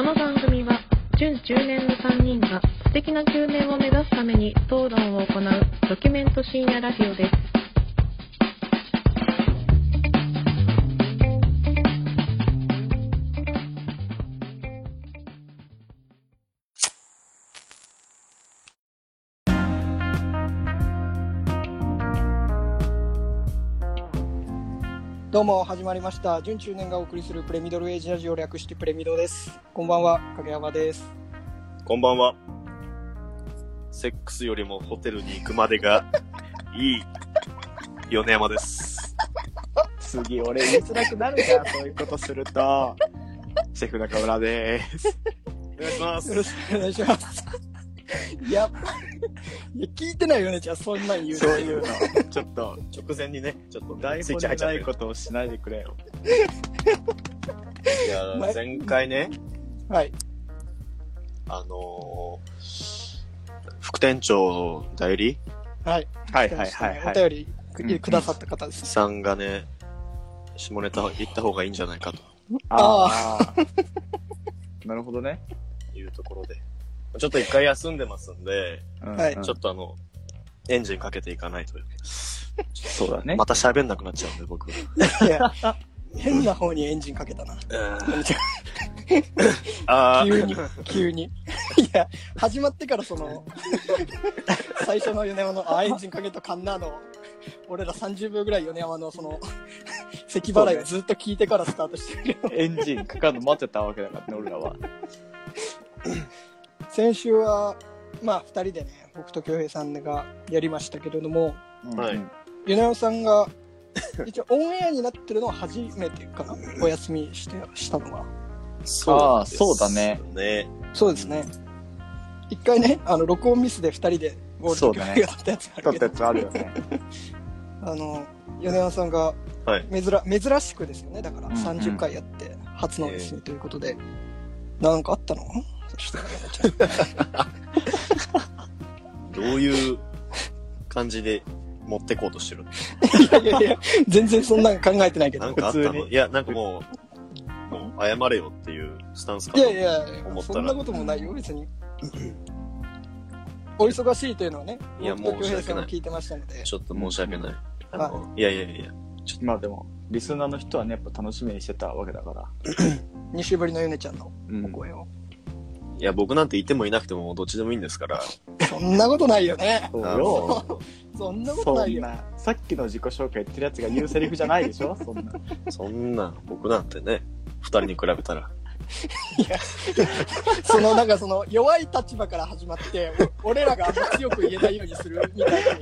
この番組は準中年の3人が素敵な中年を目指すために討論を行うドキュメント深夜ラジオです。 どうも始まりました準中年がお送りするプレミドルエイジラジオ、略してプレミドです。こんばんは、影山です。 こんばんは。セックスよりもホテルに行くまでがいい米山です。 次俺言いづらくなるじゃん、そういうことすると。シェフ中村です。 お願いします。 よろしくお願いします。いや聞いてないよね、じゃあそんなん言う。 そういうのちょっと直前にね、ちょっと台本にないことをしないでくれよ。 いや、前回ね、 はい、 副店長代理、 はいはいはいはいはい、 お便りくださった方です、 さんがね、下ネタ言った方がいいんじゃないかと。 ああなるほどね。 いうところで。ちょっと一回休んでますんで、 はい、 ちょっとエンジンかけていかないと。 そうだね。 また喋んなくなっちゃうんで、僕。 いや、変な方にエンジンかけたな。急に。いや、始まってから最初の米山の、エンジンかけたカンナーの、俺ら30秒ぐらい米山の咳払いをずっと聞いてからスタートしてるけど。 エンジンかかるの待ってたわけだからね、俺らは。 先週は、まあ2人でね、僕と京平さんがやりましたけれども、 はい。 米山さんが、一応オンエアになってるのは初めてかな、お休みしたのは。 そうだね。 そうですね。一回ね、録音ミスで2人でゴールと京平が撮ったやつ撮ったやつあるよね。 米山さんが、 はい、 珍しくですよね。だから30回やって初のですね、ということで、なんかあったの？そしたらどういう感じで持ってこうとしてるの？いや全然そんなの考えてないけど。 なんかあったの？いや、なんかもう謝れよっていうスタンスかと思ったら。 いやそんなこともないよ別に。お忙しいというのはね、 いや、 僕と京平さんは聞いてましたので。 ちょっと申し訳ない。いや。 まあでも、リスナーの人はね、やっぱ楽しみにしてたわけだから。 2週ぶりのヨネちゃんのお声を。 いや、僕なんていてもいなくてもどっちでもいいんですから。 そんなことないよね。 そうよ。 そんなことないよ。 さっきの自己紹介言ってるやつが言うセリフじゃないでしょ、 そんな、僕なんてね、2人に比べたら。 いや、弱い立場から始まって、俺らがあんま強く言えないようにするみたいな。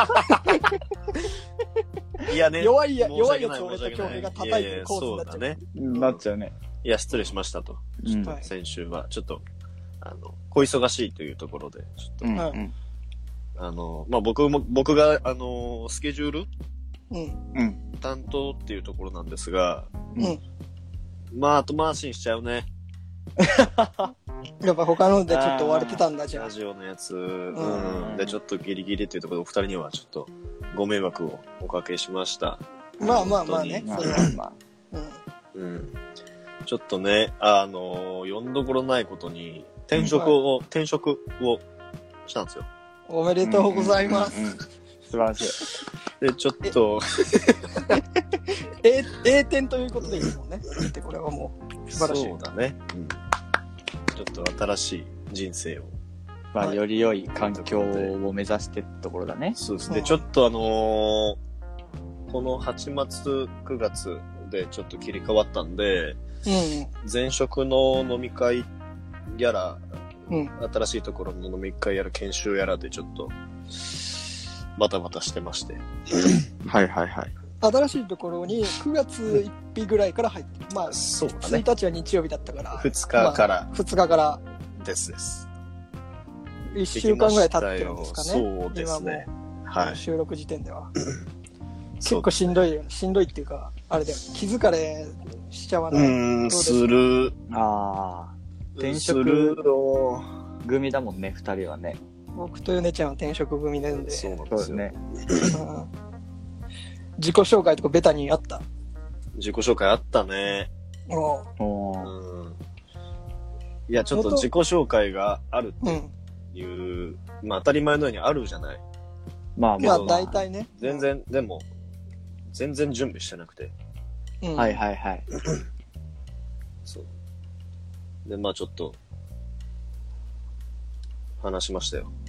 いやね、 弱いやつを俺と京平が叩いてるコースになっちゃう。 ね。なっちゃうね。 いや、失礼しましたと。先週は、ちょっと、小忙しいというところで、ちょっと、まあ、僕が、スケジュール担当っていうところなんですが、まあ、後回しにしちゃうね。 やっぱ他のでちょっと追われてたんだ、じゃあ。 ラジオのやつ、で、ちょっとギリギリっていうところで、お二人にはちょっとご迷惑をおかけしました。 まあね、それは。 ちょっとね、読んどころないことに、転職をしたんですよ。 おめでとうございます。 素晴らしい。で、ちょっと、 栄転ということでいいもんね。で、これはもう、素晴らしい。 そうだね。ちょっと新しい人生を。 まあ、より良い環境を目指してってところだね。 そうですね。ちょっとこの8月、9月でちょっと切り替わったんで、前職の飲み会やら、新しいところの飲み会やら研修やらでちょっとバタバタしてまして。 はいはいはい。 新しいところに9月1日ぐらいから入ってる。まあ、 そうだね。 1日は日曜日だったから。 2日から。 2日から。 です。 1週間ぐらい経ってるんですかね。 そうですね。はい。 収録時点では。結構しんどいよ。しんどいっていうか、あれだよ。気疲れしちゃわない。 する。 転職組だもんね、2人はね。 僕とヨネちゃんは転職組なんで。 そうなんですよね。 自己紹介とかベタにあった？ 自己紹介あったね。 いや、ちょっと自己紹介があるっていう、まあ当たり前のようにあるじゃない。 まあまあ大体ね。 全然、でも、全然準備してなくて。 はいはいはい。 そう。で、まあちょっと、話しましたよ。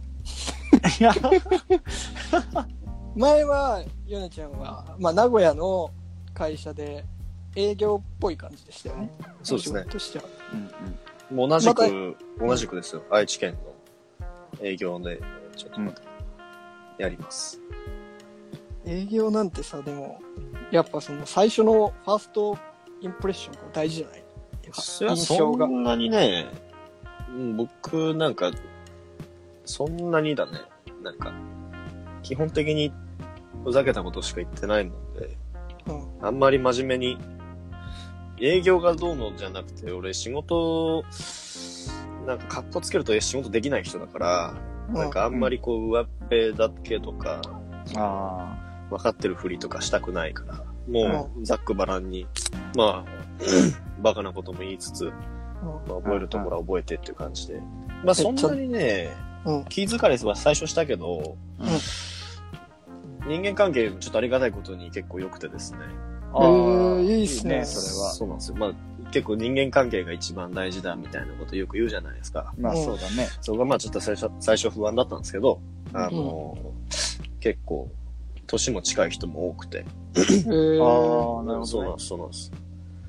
前は、ヨネちゃんは、まあ名古屋の会社で営業っぽい感じでしたよね。 そうですね。 仕事としては。 もう同じくですよ。愛知県の営業で、ちょっとまた、やります。 営業なんてさ、でも、やっぱその最初のファーストインプレッションが大事じゃない？印象が。 そんなにね、僕なんか、そんなにだね。なんか、基本的にふざけたことしか言ってないので、あんまり真面目に、営業がどうのじゃなくて、俺仕事、なんかカッコつけると仕事できない人だから、なんかあんまりこう上っぺだけとか、分かってるふりとかしたくないから、もうざっくばらんに、まあ、バカなことも言いつつ、まあ、覚えるところは覚えてっていう感じで。まあそんなにね、気遣いは最初したけど、人間関係ちょっとありがたいことに結構良くてですね。 いいっすね、 それは。そうなんですよ。まあ結構人間関係が一番大事だみたいなことよく言うじゃないですか。 まあそうだね。 そこがまあちょっと最初不安だったんですけど、結構年も近い人も多くて。 なるほど、ね。 そうなんです、そうなんです。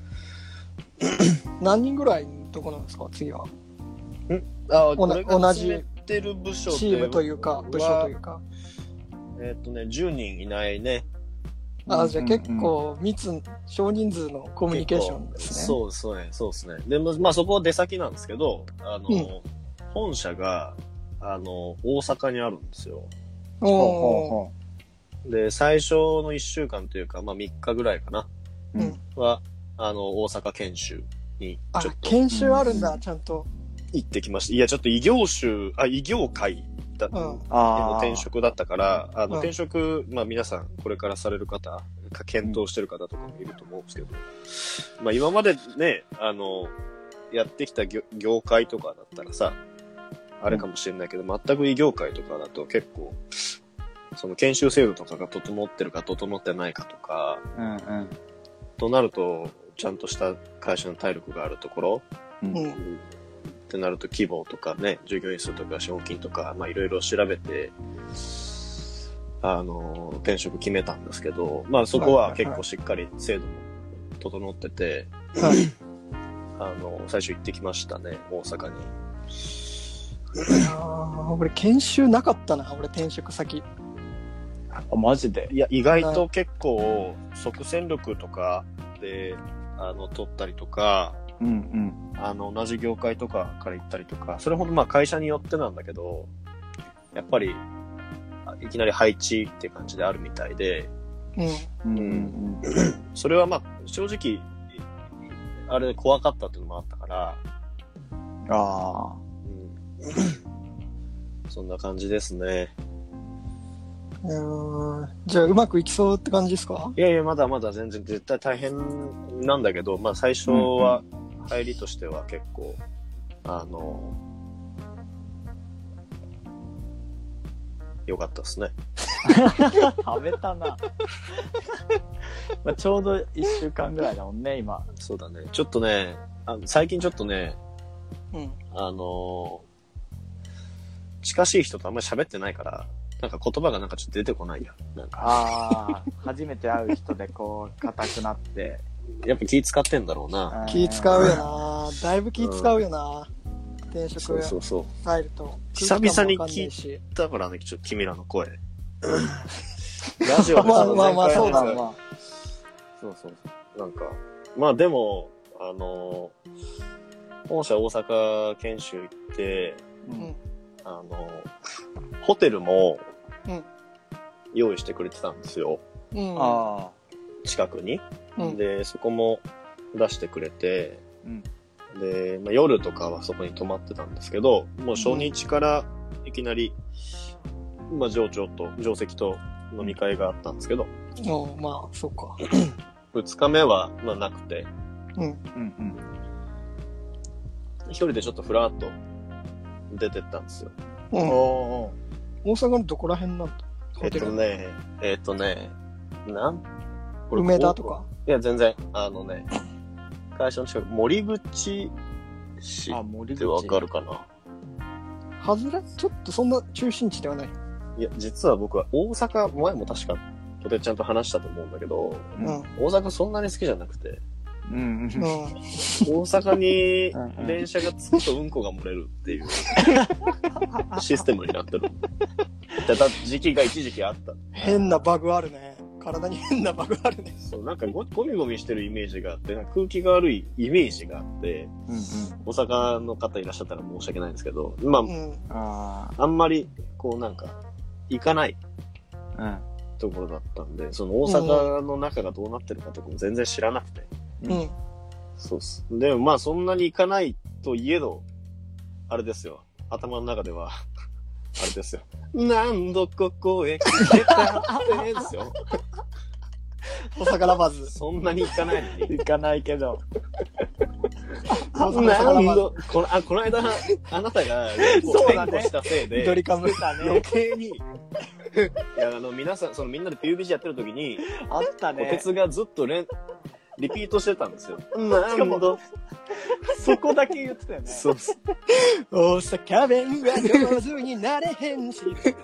何人ぐらいのとこなんですか、次は。 同じ部署チームというか、部署というか。 10人いないね。 じゃあ結構少人数のコミュニケーションですね。 そうですね。でも、まあそこは出先なんですけど、本社が、大阪にあるんですよ。で、最初の1週間というか、まあ3日ぐらいかな。は、大阪研修にちょっと。 研修あるんだ、ちゃんと。 行ってきました。いや、ちょっと異業界だ、転職だったから、転職、まあ皆さん、これからされる方、検討してる方とかもいると思うんですけど、まあ今までね、やってきた業界とかだったらさ、あれかもしれないけど、全く異業界とかだと結構、その研修制度とかが整ってるか整ってないかとか、となると、ちゃんとした会社の体力があるところ、ってなると規模とかね、従業員数とか資本金とか、まあいろいろ調べて、転職決めたんですけど、まあそこは結構しっかり制度も整ってて、最初行ってきましたね、大阪に。 俺研修なかったな、俺転職先。 マジで？ いや、意外と結構、即戦力とかで、取ったりとか、同じ業界とかから行ったりとか、それほどまあ会社によってなんだけど、やっぱり、いきなり配置っていう感じであるみたいで、それはまあ、正直、あれ怖かったっていうのもあったから、そんな感じですね。 じゃあうまくいきそうって感じですか？ いやいや、まだまだ全然絶対大変なんだけど、まあ最初は入りとしては結構、良かったですね。 食べたな。まあちょうど1週間ぐらいだもんね、今。 そうだね。ちょっとね、最近ちょっとね、近しい人とあんまり喋ってないから、なんか言葉がなんかちょっと出てこないや。なんか。 初めて会う人でこう、硬くなって。 やっぱ気使ってんだろうな。 気使うよな。だいぶ気使うよな。転職入ると。 久々に聞いたからね、ちょっと君らの声。ラジオでまあそうだな。 そう。なんか、まあでも、本社大阪研修行って、ホテルも用意してくれてたんですよ。近くに。で、そこも出してくれて、で、まあ、夜とかはそこに泊まってたんですけど、もう初日からいきなり、まあ、上席と飲み会があったんですけど、 まあ、そうか。 2日目は、まあ、なくて、 一人でちょっとふらっと出てったんですよ。 うん。 お大阪のどこら辺なんだ？ホテル。梅田とか？ いや、全然、会社の近く、森口市ってわかるかな？ 外れ？ちょっとそんな中心地ではない。 いや、実は僕は大阪、前も確か、とてちゃんと話したと思うんだけど、 うん、 大阪そんなに好きじゃなくて、 うん。 大阪に電車が着くとうんこが漏れるっていうシステムになってる。時期が一時期あった。 変なバグあるね。体に変なバグあるね。 そう、なんかゴミゴミしてるイメージがあって、なんか空気が悪いイメージがあって、大阪の方いらっしゃったら申し訳ないんですけど、まあ、あんまり、こうなんか、行かない。ところだったんで、その大阪の中がどうなってるかとかも全然知らなくて。そうっす。でもまあそんなに行かないといえど、あれですよ。頭の中では、あれですよ。何度ここへ来てたってですよ。 大阪ラバーズ。 そんなに行かないのに。 行かないけど。 何度、この間、あなたが、連呼したせいで、 緑かぶ余計に、いや、皆さん、みんなで PUBG やってる時に、 あったね。 お鉄がずっとリピートしてたんですよ。何度。 そこだけ言ってたよね。 そうそう。 大阪弁は上手になれへんし。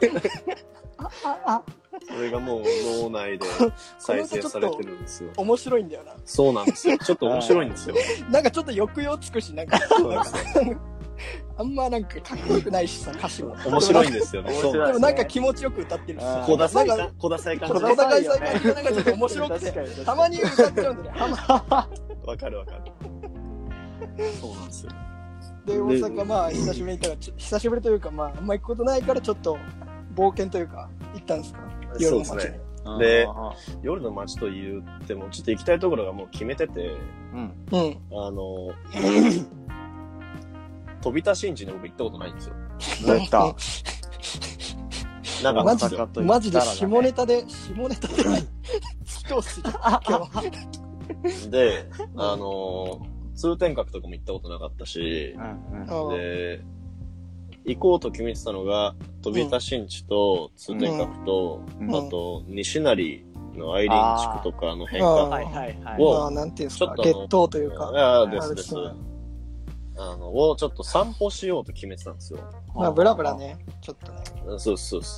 それがもう脳内で再生されてるんですよ。 面白いんだよな。 そうなんですよ。ちょっと面白いんですよ。 なんかちょっと抑揚つくし、なんか。あんまなんかかっこよくないしさ、歌詞も。 面白いんですよね。 でもなんか気持ちよく歌ってるし。 小田さい感じ。 小田さい感じがなんかちょっと面白くて、たまに歌っちゃうんだね。 わかる。そうなんですよ。 で、大阪まあ久しぶりに行ったら、久しぶりというかまああんま行くことないからちょっと冒険というか行ったんですか？夜の街に。 そうですね。で、夜の街と言ってもちょっと行きたいところがもう決めてて、飛田新地に僕行ったことないんですよ。 なんかマジで下ネタで突き通す今日。 で、通天閣とかも行ったことなかったし、で、行こうと決めてたのが、飛田新地と通天閣と、あと、西成の愛林地区とかの辺を、 なんていうんですか、月頭というか。 です。をちょっと散歩しようと決めてたんですよ。 まあ、ブラブラね、ちょっとね。 そうです。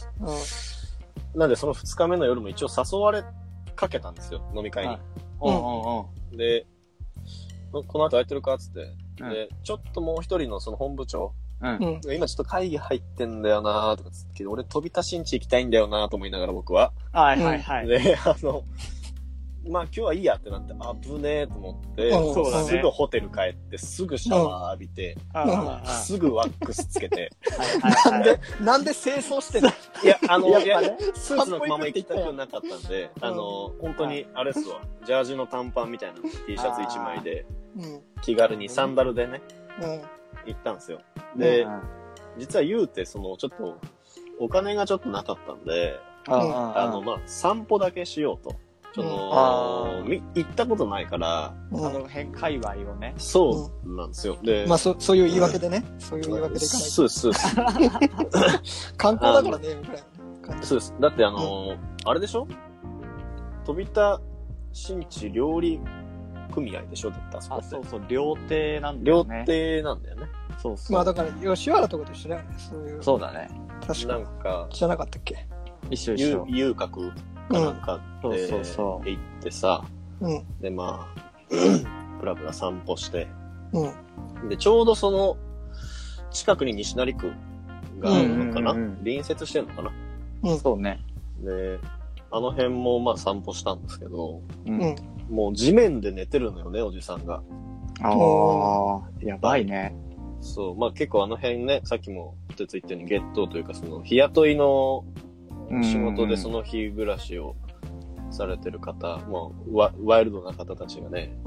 なんで、その2日目の夜も一応誘われかけたんですよ、飲み会に。で、この後空いてるかっつって。で、ちょっともう一人のその本部長。今ちょっと会議入ってんだよなーとかつってけど、俺飛田新地行きたいんだよなーと思いながら僕は。で、まあ今日はいいやってなって危ねえと思って、すぐホテル帰ってすぐシャワー浴びて、すぐワックスつけて。 なんで清掃してんの？ いや、スーツのまま行きたくなかったんで、本当にあれっすわ、ジャージの短パンみたいな T シャツ1枚で、気軽にサンダルでね、行ったんですよ。で、実は言うて、ちょっと、お金がちょっとなかったんで、まあ、散歩だけしようと。行ったことないから、 辺界隈をね。 そうなんですよ。で、 まあ、そういう言い訳でね。そういう言い訳で行かないと。 そうです。 観光だからね、みたいな。 そうです。だってあれでしょ？飛田新地料理組合でしょ？だったそう、料亭なんだよね。 料亭なんだよね。 そう。 まあだから、吉原とかと一緒だよね。 そうだね。 確かなんか、 じゃなかったっけ？ 一緒。 遊郭かなんかで行ってさ、でまあ、ブラブラ散歩して、で、ちょうどその、近くに西成区があるのかな？隣接してんのかな？ そうね。 で、あの辺もまあ散歩したんですけど、もう地面で寝てるのよね、おじさんが。 やばいね。 そう、まあ結構あの辺ね、さっきも言ったように月頭というか日雇いの仕事でその日暮らしをされてる方、もうワイルドな方たちがね、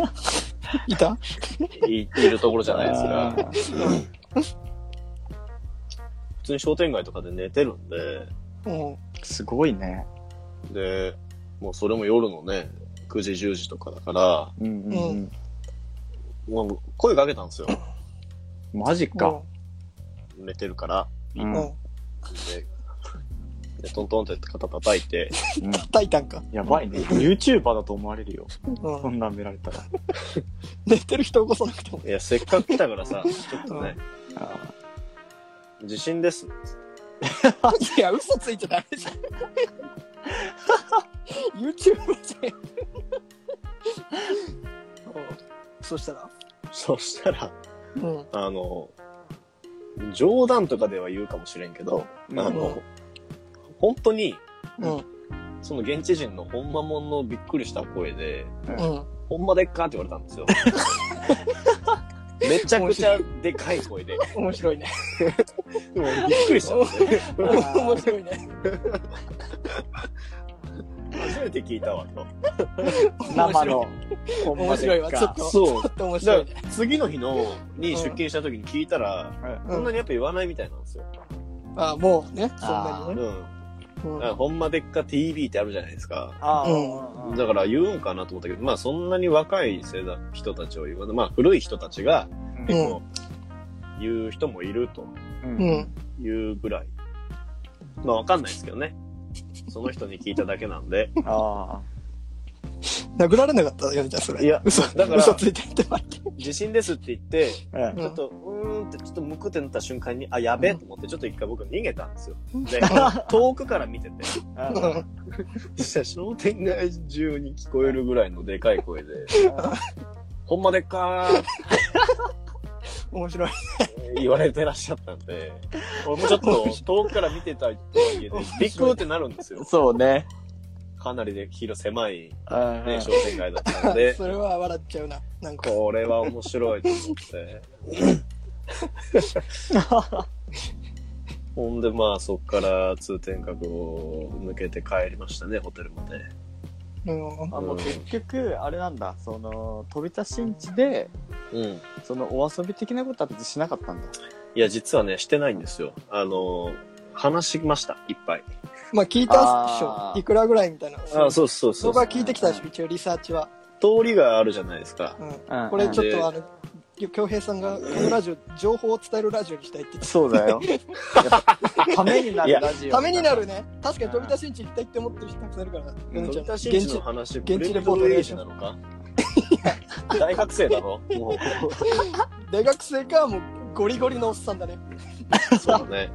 いるところじゃないですか。普通に商店街とかで寝てるんで、 すごいね。 で、もうそれも夜のね、9時10時とかだから、もう声かけたんですよ。 マジか。 寝てるから、 うん。 でトントンって肩叩いて、 叩いたんか。 やばいね。YouTuber だと思われるよ。そんなん見られたら。 寝てる人起こさなくても。 いや、せっかく来たからさ、ちょっとね、地震です。 いや、嘘ついちゃダメじゃん。YouTuber じゃん。そしたら、 冗談とかでは言うかもしれんけど、本当に、その現地人のほんまもんのびっくりした声で、ほんまでっかって言われたんですよ。めちゃくちゃでかい声で。 面白いね。 でもびっくりしたんですね。 面白いね。 初めて聞いたわと。 生の。 面白いわ。ちょっと。 そう。 面白いね。 次の日に出勤した時に聞いたら、そんなにやっぱ言わないみたいなんですよ。 ああ、もうね、そんなにね。 ほんまでっか TV ってあるじゃないですか。だから言うんかなと思ったけど、まあそんなに若い世代人たちを言わない。まあ古い人たちが結構言う人もいるというぐらい。まあわかんないですけどね。その人に聞いただけなんで。 殴られなかったよね、じゃあそれ。 いや、 嘘ついてって待って。 地震ですって言って、ちょっと、ってちょっとむくってなった瞬間に、あ、やべえと思って、ちょっと一回僕逃げたんですよ。で、遠くから見てて。そしたら商店街中に聞こえるぐらいのでかい声で、ほんまでっかー面白い。 言われてらっしゃったんで、俺もちょっと遠くから見てたってはいえで、ビックってなるんですよ。 そうね。かなりで狭い、ね、商店街だったので。 それは笑っちゃうな。なんか。 これは面白いと思って。ほんでまあそっから通天閣を抜けて帰りましたね、ホテルまで。 もう結局あれなんだ、その飛び出しんちで、そのお遊び的なことは別にしなかったんだ。 いや実はねしてないんですよ。話しましたいっぱい。 まあ聞いたっしょ。いくらぐらいみたいな。 そう。 僕は聞いてきたでしょ、一応リサーチは。 通りがあるじゃないですか。 これちょっと京平さんがこのラジオ情報を伝えるラジオにしたいって言って。 そうだよ。ためになるラジオ。 ためになるね。確かに飛び出しんち行きたいって思ってる人たくさんいるから。 飛び出しんちの話、現地レポートエージなのか。大学生だろ。もう大学生かもうゴリゴリのおっさんだね。 そうだね。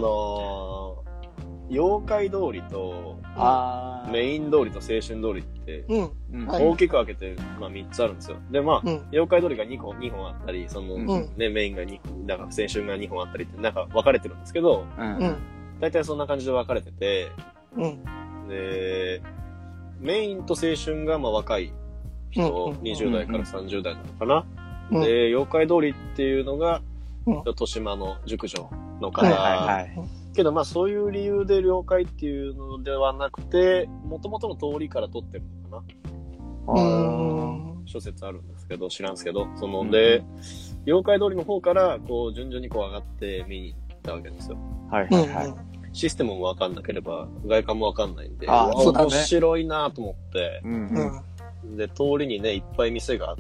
妖怪通りとメイン通りと青春通りって大きく分けてまあ3つあるんですよ。でまあ妖怪通りが2本あったり、そのねメインがだから青春が2本あったりってなんか分かれてるんですけど、大体そんな感じで分かれてて、でメインと青春がまあ若い人、20代から30代なのかな。で妖怪通りっていうのが豊島の熟女の方。けどまあそういう理由で了解っていうのではなくて、元々の通りから取ってるのかな。諸説あるんですけど、知らんすけど、そので、妖怪通りの方からこう順々にこう上がって見に行ったわけですよ。システムもわかんなければ外観もわかんないんで、面白いなと思って、で通りにねいっぱい店があって、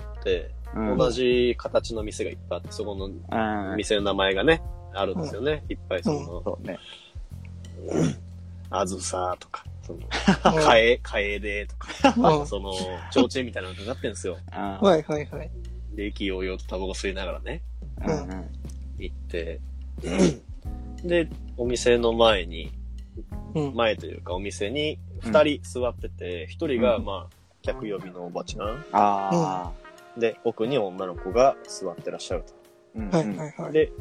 同じ形の店がいっぱいあって、そこの店の名前がねあるんですよね。いっぱいその、そうね。あずさとか、その、かえでとか、その、提灯みたいなのがかかってんですよ。で、意気揚々とタバコ吸いながらね、行って、で、お店の前に、前というかお店に2人座ってて、1人が、まあ、客呼びのおばちゃん。で、奥に女の子が座ってらっしゃると。で、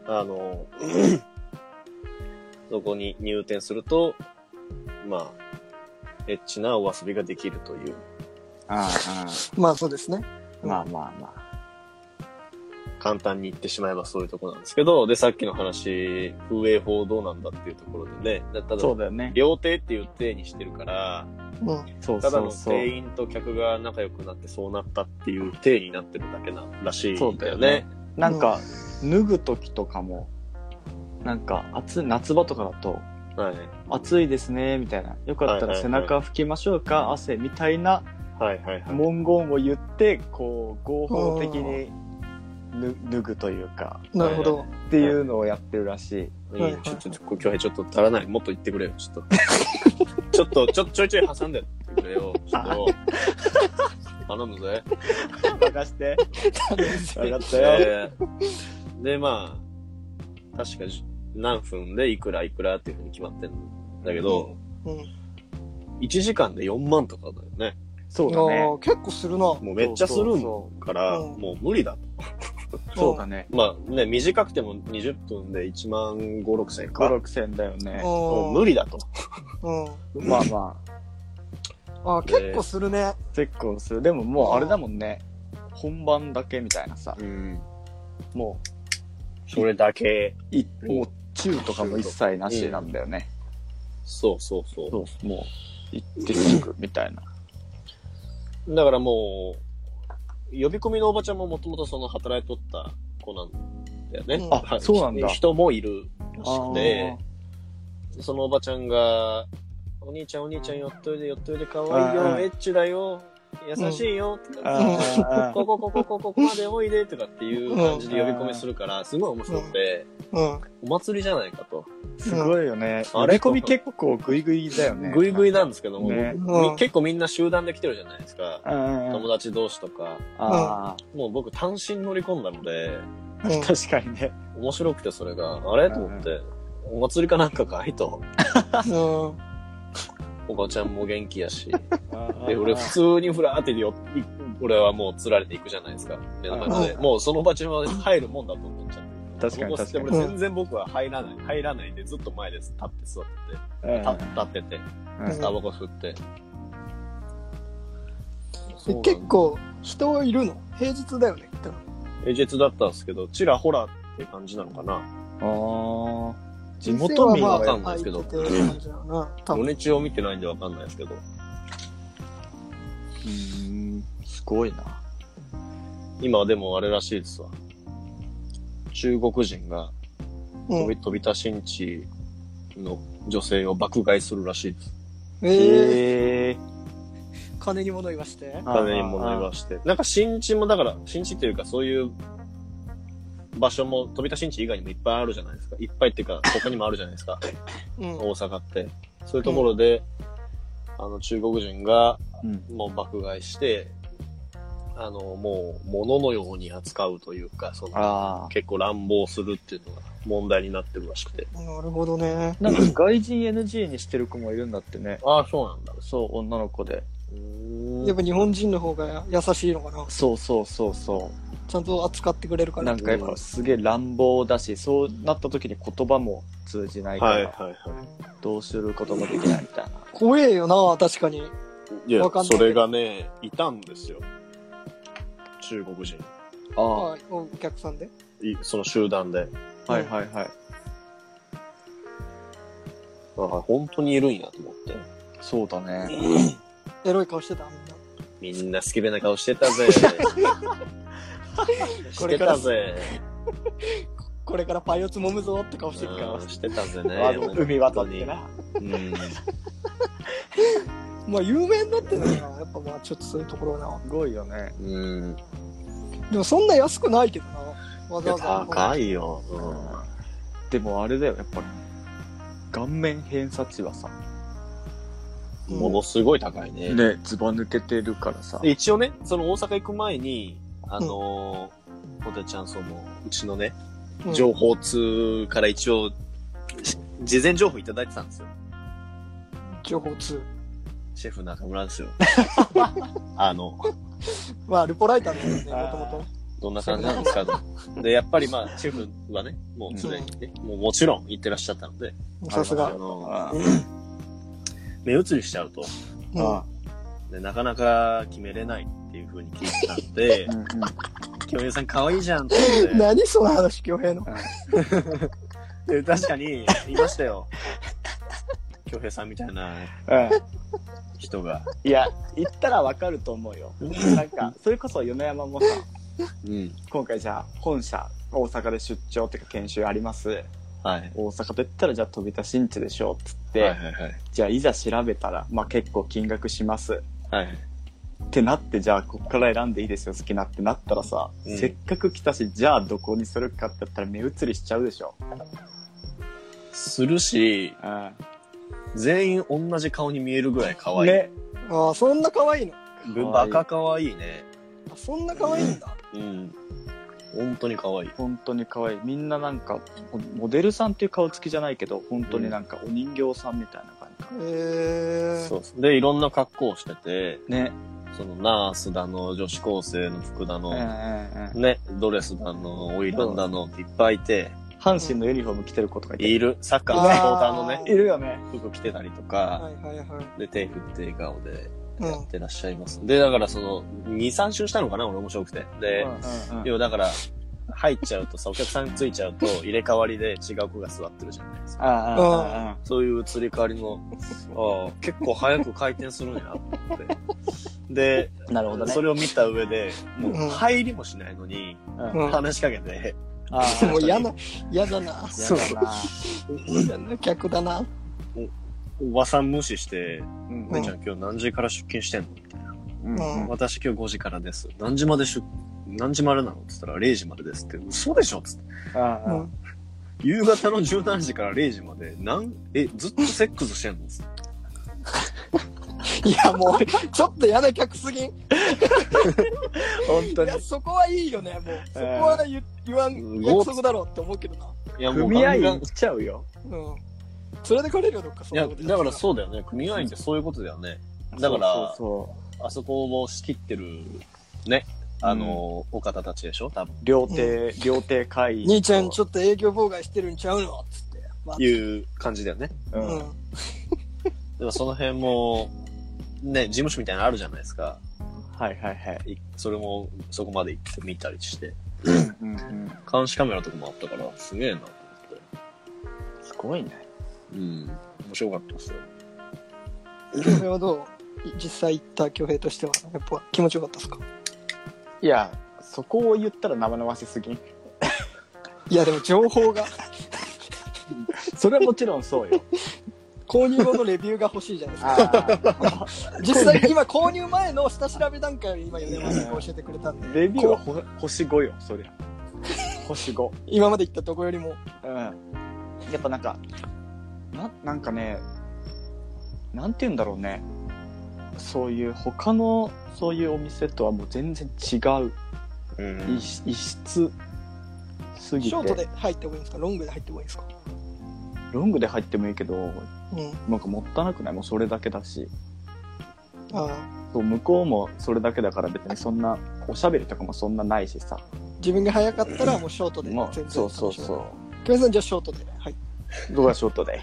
そこに入店すると、まあ、エッチなお遊びができるという。 まあそうですね。 まあ。 簡単に言ってしまえばそういうところなんですけど、で、さっきの話、風営法どうなんだっていうところでね、ただ、 そうだよね。 料亭っていう体にしてるから、ただの店員と客が仲良くなってそうなったっていう体になってるだけならしいんだよね。 なんか、脱ぐ時とかも、なんか夏場とかだと、暑いですねみたいな、よかったら背中拭きましょうか、汗みたいな文言を言って、こう合法的に脱ぐというか。 なるほど。 っていうのをやってるらしい。 ちょっと、恭平ちょっと足らない。もっと言ってくれよ、ちょっと。ちょいちょい挟んでくれよ、ちょっと。頼むぜ。 任して。分かったよ。 で、まあ、確か何分でいくらっていうふうに決まってるんだけど、1時間で4万とかだよね。 そうだね。 結構するな。 もうめっちゃするから、もう無理だと。 そうだね。 まあね、短くても20分で1万5、6千か。 5、6千だよね。 もう無理だと。 まあまあ。結構するね。 結構する。でももうあれだもんね。本番だけみたいなさ。もう、それだけ。 もう、チューとかも一切なしなんだよね。 そうもう、行ってすぐみたいな。 だからもう、呼び込みのおばちゃんももともとその働いとった子なんだよね。 あ、そうなんだ。 人もいるらしくて、そのおばちゃんが、お兄ちゃん寄っといで、かわいいよ、エッチだよ、優しいよ、とか、ここまでおいで、とかっていう感じで呼び込みするから、すごい面白くて、お祭りじゃないかと。 すごいよね。呼び込み結構グイグイだよね。 グイグイなんですけども、結構みんな集団で来てるじゃないですか。友達同士とか。もう僕単身乗り込んだので、 確かにね。 面白くてそれが、あれと思って、お祭りかなんかかいと。おばちゃんも元気やし。で、俺普通にふらーって俺はもう釣られていくじゃないですか。目の前で。もうそのおばちゃんは入るもんだと思っちゃって。 確かに。 でも全然僕は入らないでずっと前です。立って座ってて。立ってて。タバコ吸って。 結構人いるの？平日だよね。 平日だったんですけど、ちらほらって感じなのかな。 地元民はわかんないですけど。土日を見てないんでわかんないですけど。 すごいな。 今はでもあれらしいですわ。中国人が飛び出しんちの女性を爆買いするらしいです。 金に物言わして。 なんか新地もだから、新地っていうかそういう場所も飛び出しんち以外にもいっぱいあるじゃないですか。いっぱいっていうか他にもあるじゃないですか。大阪って。そういうところで、中国人がもう爆買いして、もう物のように扱うというか、結構乱暴するっていうのが問題になってるらしくて。 なるほどね。 なんか外人 NG にしてる子もいるんだってね。 ああ、そうなんだ。 そう、女の子で。 やっぱ日本人の方が優しいのかな。 そう。 ちゃんと扱ってくれるから。 なんかやっぱすげえ乱暴だし、そうなった時に言葉も通じないから、どうすることもできないみたいな。 怖えよな、確かに。 いや、それがね、いたんですよ。中国人。 お客さんで？ その集団で。 はい。 本当にいるんやと思って。 そうだね。 エロい顔してたみんなスケベな顔してたぜ。してたぜ。 これからパイオツ揉むぞって顔してるから。 してたぜね。 海渡ってな。 まあ有名になってるのかな。やっぱまあちょっとそういうところはな。 すごいよね。 でもそんな安くないけどな。わざわざ。 高いよ。 でもあれだよ、やっぱ顔面偏差値はさ、 ものすごい高いね。 ね、ずば抜けてるからさ。 一応ね、その大阪行く前に、ポテちゃん、うちのね、情報通から一応、事前情報いただいてたんですよ。 情報通。 シェフ中村ですよ。 まあ、ルポライターですよね、もともと。 どんな感じなんですかで、やっぱりまあ、シェフはね、もうすでにね、もちろん行ってらっしゃったので。 さすが。 目移りしちゃうと、で、なかなか決めれないっていう風に聞いてたので、京平さん可愛いじゃんって言って。 何その話、京平の。 で確かに、いましたよ。京平さんみたいな人が。 いや、行ったらわかると思うよ。なんか、それこそ米山もさ、今回じゃあ、本社、大阪で出張っていうか研修あります。大阪で言ったらじゃあ飛び出しんちでしょっつって、じゃあいざ調べたらまあ結構金額します、 ってなって、じゃあこっから選んでいいですよ好きなってなったらさ、せっかく来たし、じゃあどこにするかって言ったら目移りしちゃうでしょ。 するし、全員同じ顔に見えるぐらい可愛い。ね。 ああ、そんな可愛いの？バカ可愛いね。 そんな可愛いんだ。 うん。本当に可愛い。 本当に可愛い。みんななんか、モデルさんっていう顔つきじゃないけど、本当になんかお人形さんみたいな感じ。 そうで、いろんな格好をしてて、 ね。 そのナースだの、女子高生の服だの、ね、ドレスだの、オイランだのっていっぱいいて、 阪神のユニフォーム着てる子とかいる。サッカーのサポーターのね、 いるよね。 服着てたりとか、で、手振って笑顔でやってらっしゃいます。で、だからその、2、3周したのかな、俺面白くて。で、要はだから、入っちゃうとさ、お客さんついちゃうと、入れ替わりで違う子が座ってるじゃないですか。そういう移り変わりの、結構早く回転するんやなって。で、 なるほどね。 それを見た上で、もう入りもしないのに、話しかけて、 もう嫌だな。 そう。 嫌な客だな。 おばさん無視して、じゃあ今日何時から出勤してんのみたいな。私今日5時からです。何時までなのって言ったら0時までですって。嘘でしょっつって。夕方の17時から0時まで、ずっとセックスしてんのっつって。 いやもう、ちょっと嫌な客すぎん。 本当に。 いや、そこはいいよね、もう。そこは言わん約束だろうって思うけどな。 いや、もう組合員行っちゃうよ。 連れてかれるよ、どっか。 いや、だからそうだよね。組合員ってそういうことだよね。だから、あそこを仕切ってる、ね。お方たちでしょ多分。 料亭会員。 兄ちゃんちょっと営業妨害してるんちゃうのつって。いう感じだよね。でもその辺も、ね、事務所みたいなのあるじゃないですか。 はい。 それも、そこまで行ってみたりして。監視カメラとかもあったから、すげえなと思って。 すごいね。 面白かったですよ。 恭平はどう？実際行った恭平としては、やっぱ気持ちよかったですか？ いや、そこを言ったら生々しすぎん。 いや、でも情報が。 それはもちろんそうよ。 購入後のレビューが欲しいじゃないですか。実際今購入前の下調べ段階を今米山さんが教えてくれたんで。 レビューは星5よ、そりゃ。星5。 今まで行ったとこよりも。 やっぱなんかね、なんて言うんだろうね。そういう他のそういうお店とはもう全然違う。異質すぎて。 ショートで入ってもいいんですか？ロングで入ってもいいんですか？ ロングで入ってもいいけど、なんかもったいなくない？もうそれだけだし。そう、向こうもそれだけだから別にそんな、おしゃべりとかもそんなないしさ。 自分が早かったらもうショートで全然。 そう。 京平さんじゃあショートで。はい。 僕はショートで。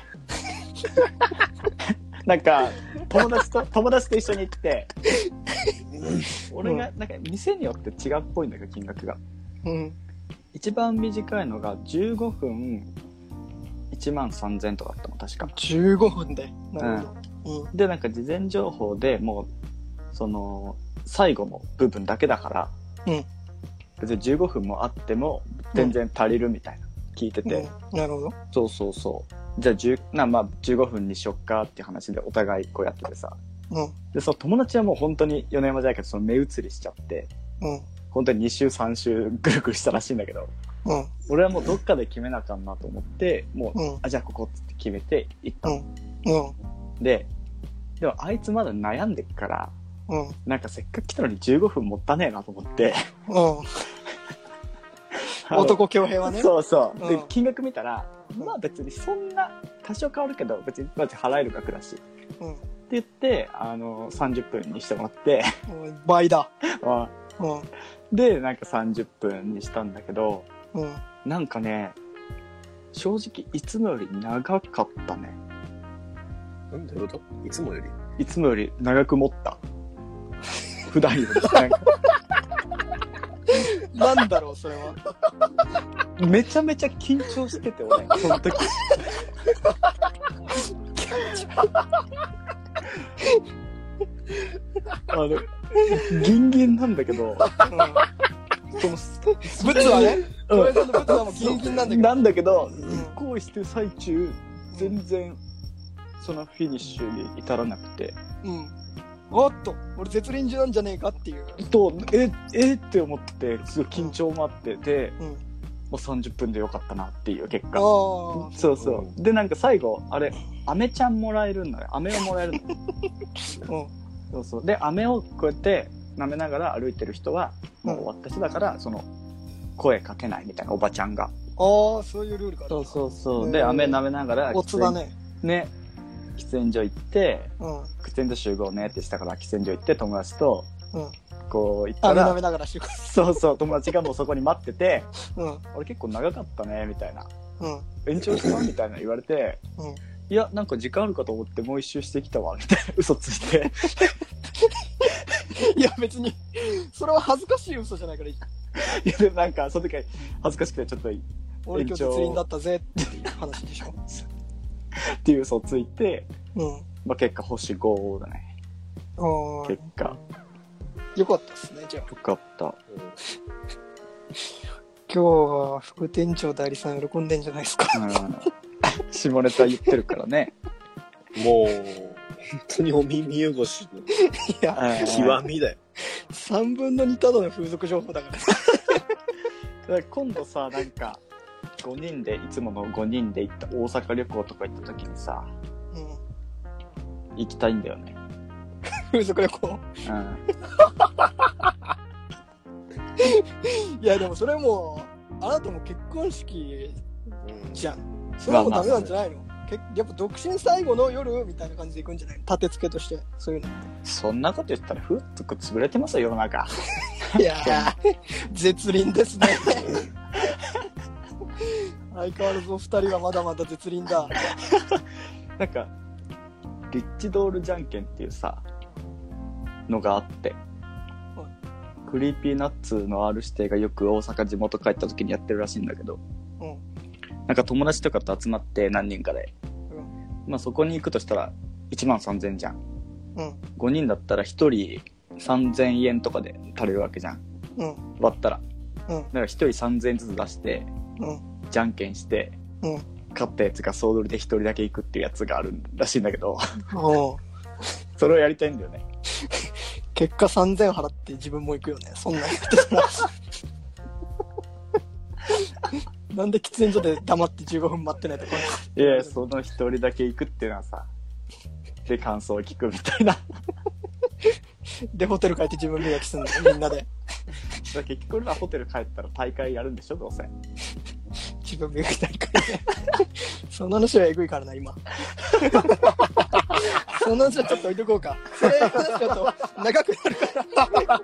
なんか、友達と一緒に行って、俺が、なんか店によって違うっぽいんだけど、金額が。一番短いのが15分、13,000とかだったの確か。 15分で。なるほど。 で、なんか事前情報でもう、その、最後の部分だけだから、別に15分もあっても全然足りるみたいな、聞いてて。 なるほど。 そう。じゃあ15分にしよっかっていう話でお互いこうやっててさ。で、その友達はもう本当に米山じゃないけど、その目移りしちゃって、本当に2週3週ぐるぐるしたらしいんだけど、俺はもうどっかで決めなあかんなと思って、もう、じゃあここって決めて行ったの。でもあいつまだ悩んでっから、なんかせっかく来たのに15分もったねえなと思って、 男恭平はね。 そう。で、金額見たら、まあ別にそんな、多少変わるけど、別に払える額だし。って言って、30分にしてもらって。 倍だ。 で、なんか30分にしたんだけど、なんかね、正直いつもより長かったね。 どういうこと？いつもより長く持った。普段より。 なんだろう、それは。 めちゃめちゃ緊張してて、俺、その時。ギンギンなんだけど、 ブツはね、これのブツはもうギンギンなんだけど、行為してる最中、全然、そのフィニッシュに至らなくて、 おっと俺絶倫中なんじゃねえかっていうとって思ってすごい緊張もあってて、もう30分でよかったなっていう結果。そうそう。でなんか最後あれ飴ちゃんもらえるのよ。飴をもらえるの。そうそう。で飴をこうやって舐めながら歩いてる人はもう終わった人だから、その声かけないみたいなおばちゃんが。 そういうルールがある。 そう。で飴舐めながらおつだね。 喫煙所行って、喫煙所集合ねってしたから喫煙所行って友達と、こう行ったら舐めながら集合。 そう友達がもうそこに待ってて、俺結構長かったねみたいな、延長したみたいな言われて、いやなんか時間あるかと思ってもう一周してきたわみたいな嘘ついていや別にそれは恥ずかしい嘘じゃないからいい。 いやでもなんかその時は恥ずかしくてちょっと俺今日絶倫だったぜっていう話でしょっていう嘘をついて、まあ結果星5だね。結果よかったっすね。じゃあよかった。 今日は副店長代理さん喜んでんじゃないですか。 下ネタ言ってるからね。 もう本当にお耳汚しの極みだよ。 3分の2ただの風俗情報だから。 だから今度さなんか5人でいつもの5人で行った大阪旅行とか行った時にさ、行きたいんだよね。 風俗旅行。いやでもそれもあなたも結婚式じゃん。それもダメなんじゃないの？やっぱ独身最後の夜みたいな感じで行くんじゃないの？立て付けとしてそういうのって。 そんなこと言ったらふっと潰れてますよ世の中。 いやー絶倫ですね。相変わらずお二人はまだまだ絶倫だ。 なんかリッチドールじゃんけんっていうさのがあって、クリーピーナッツの R 指定がよく大阪地元帰った時にやってるらしいんだけど、なんか友達とかと集まって何人かで、まあそこに行くとしたら13,000じゃん、5人だったら1人3,000円とかで足りるわけじゃん、割ったら、だから1人3,000円ずつ出して、じゃんけんして、勝ったやつが総取りで1人だけ行くっていうやつがあるらしいんだけどそれをやりたいんだよね。 結果3,000払って自分も行くよね。そんなやってたらなんで喫煙所で黙って15分待ってないとこいやその1人だけ行くっていうのはさで感想を聞くみたいなでホテル帰って自分磨きすんのみんなで。 結局俺はホテル帰ったら大会やるんでしょどうせ。 自分磨き大会でその話はエグいからな今。その話はちょっと置いとこうか。それ話だと長くなるから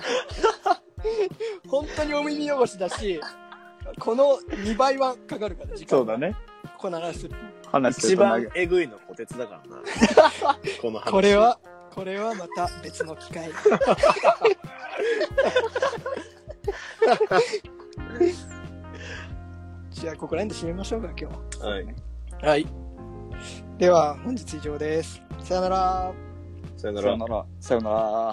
本当にお耳汚しだしこの2倍はかかるから時間。 そうだね。 この話する一番エグいのこてつだからなこの話。これはまた別の機会じゃあここら辺で締めましょうか今日は。はい、では本日以上です。さよなら。 さよなら。さよなら。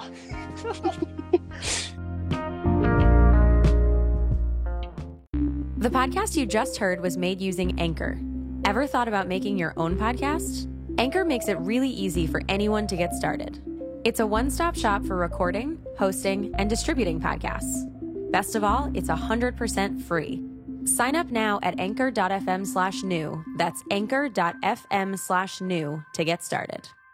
The podcast you just heard was made using Anchor. Ever thought about making your own podcast? Anchor makes it really easy for anyone to get started. It's a one-stop shop for recording, hosting, and distributing podcasts. Best of all, it's 100% free. Sign up now at anchor.fm/new. That's anchor.fm/new to get started.